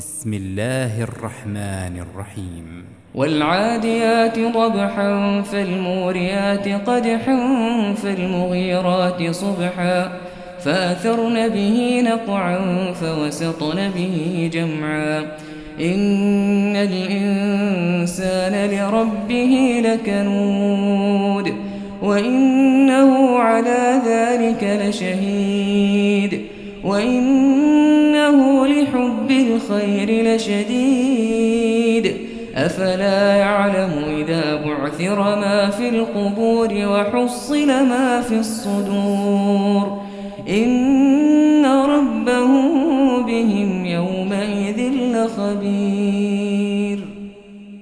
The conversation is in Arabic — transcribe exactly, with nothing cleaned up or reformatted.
بسم الله الرحمن الرحيم والعاديات ضبحا فالموريات قدحا فالمغيرات صبحا فأثرن به نقعا فوسطن به جمعا إن الإنسان لربه لكنود وإنه على ذلك لشهيد وإنه لحب الخير لشديد أفلا يعلم إذا بعثر ما في القبور وحصل ما في الصدور إن ربهم بهم يومئذ لخبير.